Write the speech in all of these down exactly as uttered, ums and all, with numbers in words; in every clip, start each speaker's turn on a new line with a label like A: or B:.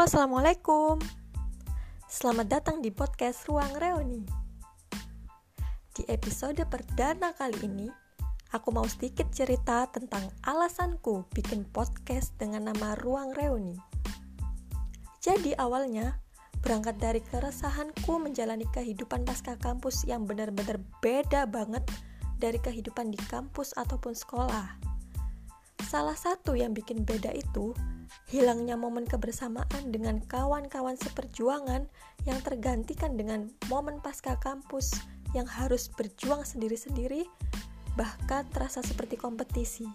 A: Halo, Assalamualaikum. Selamat datang di podcast Ruang Reuni. Di episode perdana kali ini, aku mau sedikit cerita tentang alasanku bikin podcast dengan nama Ruang Reuni. Jadi awalnya, berangkat dari keresahanku menjalani kehidupan pasca kampus yang benar-benar beda banget dari kehidupan di kampus ataupun sekolah. Salah satu yang bikin beda itu, hilangnya momen kebersamaan dengan kawan-kawan seperjuangan yang tergantikan dengan momen pasca kampus yang harus berjuang sendiri-sendiri, bahkan terasa seperti kompetisi.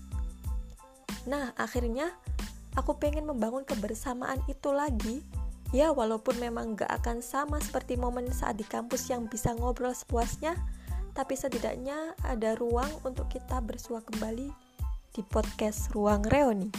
A: Nah, akhirnya aku pengen membangun kebersamaan itu lagi, ya walaupun memang gak akan sama seperti momen saat di kampus yang bisa ngobrol sepuasnya, tapi setidaknya ada ruang untuk kita bersua kembali di podcast Ruang Reuni.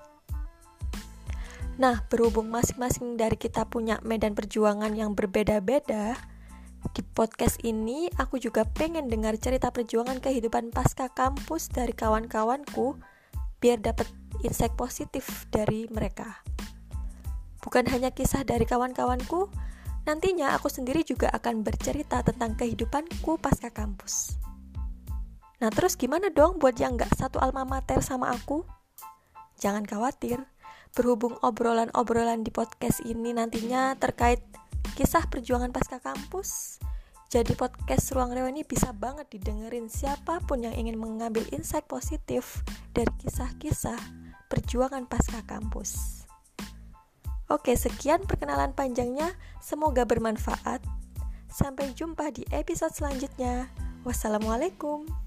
A: Nah, berhubung masing-masing dari kita punya medan perjuangan yang berbeda-beda, di podcast ini aku juga pengen dengar cerita perjuangan kehidupan pasca kampus dari kawan-kawanku biar dapat insight positif dari mereka. Bukan hanya kisah dari kawan-kawanku, nantinya aku sendiri juga akan bercerita tentang kehidupanku pasca kampus. Nah, terus gimana dong buat yang gak satu alma mater sama aku? Jangan khawatir. Berhubung obrolan-obrolan di podcast ini nantinya terkait kisah perjuangan pasca kampus, jadi podcast Ruang Reuni bisa banget didengerin siapapun yang ingin mengambil insight positif dari kisah-kisah perjuangan pasca kampus. Oke, sekian perkenalan panjangnya, semoga bermanfaat. Sampai jumpa di episode selanjutnya. Wassalamualaikum.